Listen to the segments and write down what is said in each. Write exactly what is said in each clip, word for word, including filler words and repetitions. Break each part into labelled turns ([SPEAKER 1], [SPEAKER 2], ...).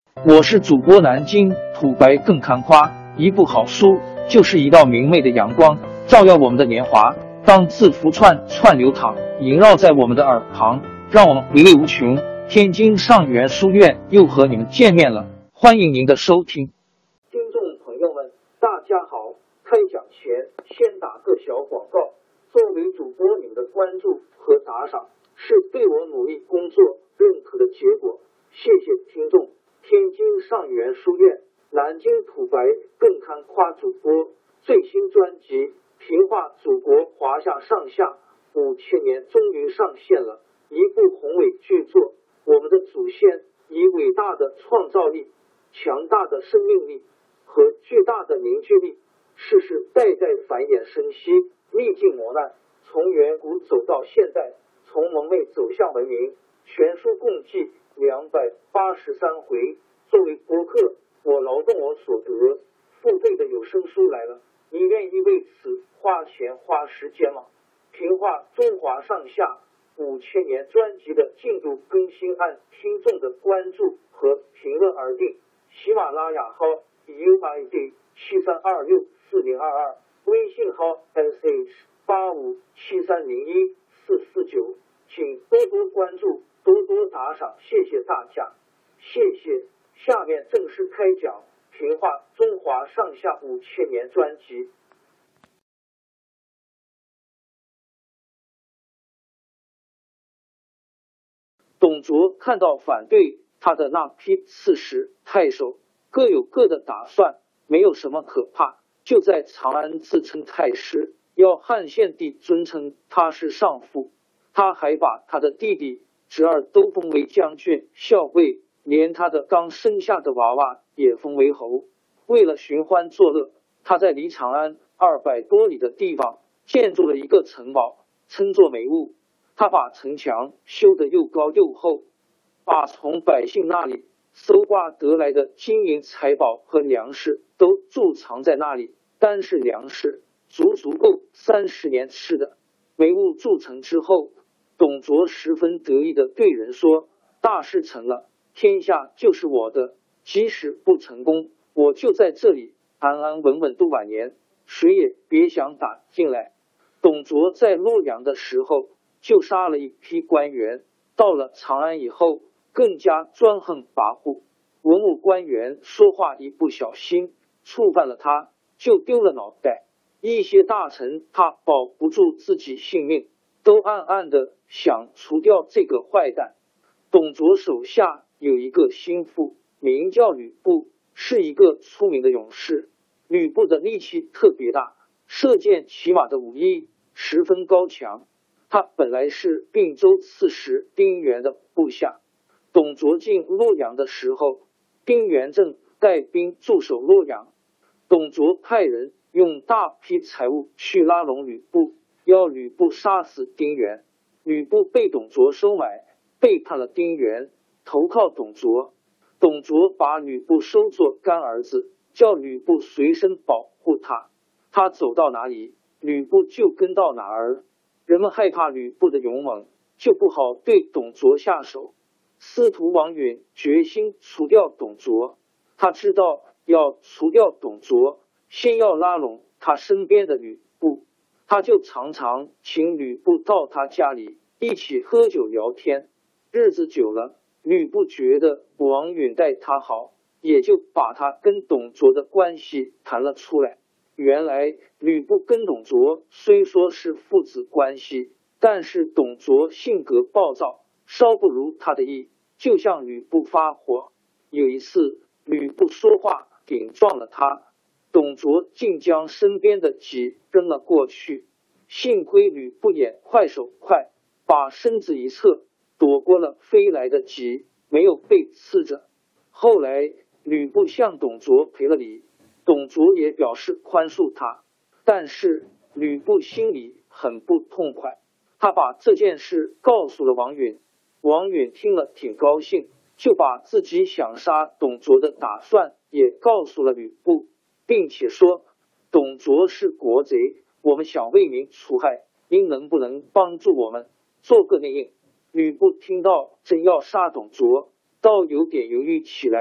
[SPEAKER 1] 我是主播南京土白更看花，一部好书就是一道明媚的阳光，照耀我们的年华。当字符串串流淌，萦绕在我们的耳旁，让我们回味无穷。天津上元书院又和你们见面了，欢迎您的收听。
[SPEAKER 2] 听众朋友们，大家好！开讲前先打个小广告。作为主播，你们的关注和打赏是对我努力工作认可的结果，谢谢听众。天津上元书院、南京土白更看花主播最新专辑《平话祖国华夏上下五千年》终于上线了，一部宏伟巨作。我们的祖先以伟大的创造力、强大的生命力和巨大的凝聚力，世世代代繁衍生息，历尽磨难，从远古走到现代，从蒙昧走向文明。全书共计两百八十三回。作为播客，我劳动我所得，付费的有声书来了，你愿意为此花钱花时间吗？评话中华上下五千年专辑的进度更新按听众的关注和评论而定。喜马拉雅号 U I D 七三二六四零二二，微信号 S H 八五七三零一四四九，请多多关注，多多打赏，谢谢大家，谢谢。下面正式开讲《评话中华上下五千年》专辑。董卓看到反对他的那批刺史太守各有各的打算，没有什么可怕，就在长安自称太师，要汉献帝尊称他是上父。他还把他的弟弟侄儿都封为将军、校尉，连他的刚生下的娃娃也封为侯。为了寻欢作乐，他在离长安二百多里的地方建筑了一个城堡，称作梅坞。他把城墙修得又高又厚，把从百姓那里搜刮得来的金银财宝和粮食都贮藏在那里，单是粮食足足够三十年吃的。梅坞筑成之后，董卓十分得意地对人说：大事成了，天下就是我的，即使不成功，我就在这里安安稳稳度晚年，谁也别想打进来。董卓在洛阳的时候就杀了一批官员，到了长安以后更加专横跋扈，文武官员说话一不小心触犯了他，就丢了脑袋。一些大臣怕保不住自己性命，都暗暗的想除掉这个坏蛋。董卓手下有一个心腹，名叫吕布，是一个出名的勇士。吕布的力气特别大，射箭骑马的武艺十分高强。他本来是并州刺史丁原的部下。董卓进洛阳的时候，丁原正带兵驻守洛阳。董卓派人用大批财物去拉拢吕布，要吕布杀死丁原。吕布被董卓收买，背叛了丁原，投靠董卓。董卓把吕布收作干儿子，叫吕布随身保护他，他走到哪里，吕布就跟到哪儿。人们害怕吕布的勇猛，就不好对董卓下手。司徒王允决心除掉董卓，他知道要除掉董卓，先要拉拢他身边的吕布，他就常常请吕布到他家里一起喝酒聊天。日子久了，吕布觉得王允待他好，也就把他跟董卓的关系谈了出来。原来吕布跟董卓虽说是父子关系，但是董卓性格暴躁，稍不如他的意，就向吕布发火。有一次吕布说话顶撞了他，董卓竟将身边的戟扔了过去，幸亏吕布眼快手快，把身子一侧躲过了飞来的戟，没有被刺着。后来吕布向董卓赔了礼，董卓也表示宽恕他，但是吕布心里很不痛快，他把这件事告诉了王允。王允听了挺高兴，就把自己想杀董卓的打算也告诉了吕布，并且说董卓是国贼，我们想为民除害，您能不能帮助我们做个内应？吕布听到真要杀董卓，倒有点犹豫起来，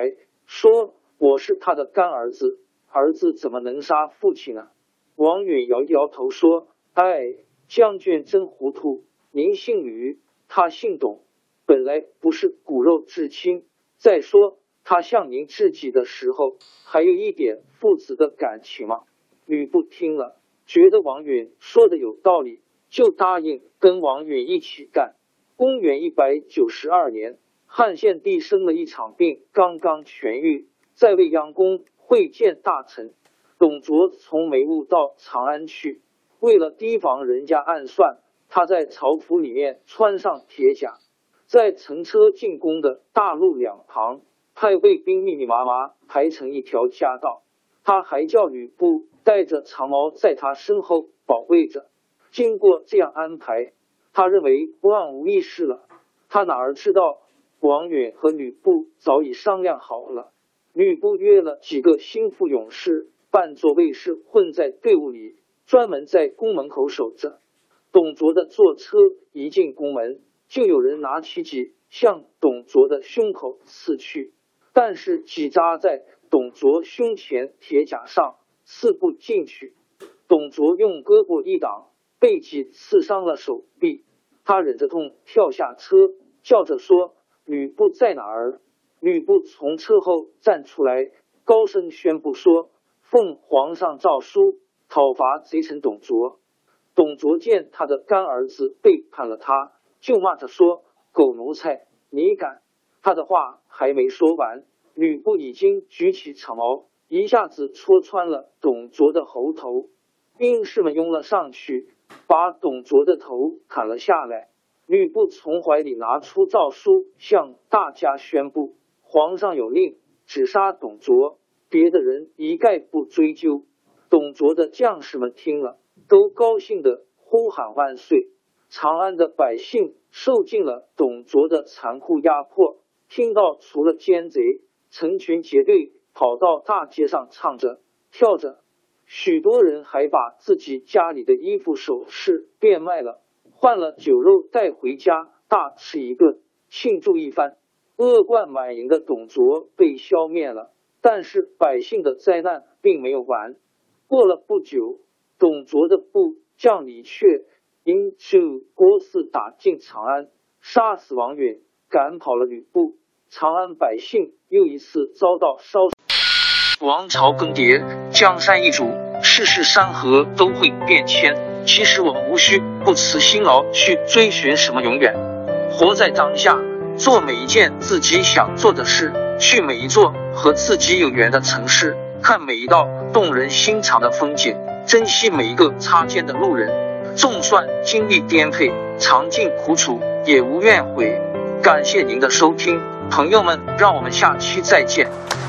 [SPEAKER 2] 说我是他的干儿子，儿子怎么能杀父亲呢？王允摇摇头说，哎，将军真糊涂，您姓吕，他姓董，本来不是骨肉至亲，再说他向您知己的时候还有一点父子的感情吗？吕布听了觉得王允说的有道理，就答应跟王允一起干。公元一百九十二年，汉献帝生了一场病，刚刚痊愈，在未央宫会见大臣。董卓从梅坞到长安去，为了提防人家暗算，他在朝服里面穿上铁甲，在乘车进宫的大路两旁派卫兵密密麻麻排成一条夹道。他还叫吕布带着长矛在他身后保卫着。经过这样安排，他认为万无一失了。他哪儿知道王允和吕布早已商量好了。吕布约了几个心腹勇士，扮作卫士混在队伍里，专门在宫门口守着。董卓的坐车一进宫门，就有人拿起戟向董卓的胸口刺去，但是戟扎在董卓胸前铁甲上，刺不进去。董卓用胳膊一挡，被戟刺伤了手臂，他忍着痛跳下车，叫着说，吕布在哪儿？吕布从车后站出来，高声宣布说，奉皇上诏书，讨伐贼臣董卓。董卓见他的干儿子背叛了他，就骂他说，狗奴才，你敢！他的话还没说完，吕布已经举起长矛，一下子戳穿了董卓的喉头。兵士们拥了上去，把董卓的头砍了下来。吕布从怀里拿出诏书，向大家宣布，皇上有令，只杀董卓，别的人一概不追究。董卓的将士们听了，都高兴地呼喊万岁。长安的百姓受尽了董卓的残酷压迫，听到除了奸贼，成群结队跑到大街上唱着跳着，许多人还把自己家里的衣服首饰变卖了，换了酒肉带回家大吃一顿，庆祝一番。恶贯满盈的董卓被消灭了，但是百姓的灾难并没有完。过了不久，董卓的部将李榷因就郭汜打进长安，杀死王允，赶跑了吕布。长安百姓又一次遭到烧。王朝更迭，江山易主，世事山河都会变迁。其实我们无需不辞辛劳去追寻什么永远，活在当下，做每一件自己想做的事，去每一座和自己有缘的城市，看每一道动人心肠的风景，珍惜每一个擦肩的路人。纵算经历颠沛，尝尽苦楚，也无怨悔。感谢您的收听，朋友们，让我们下期再见。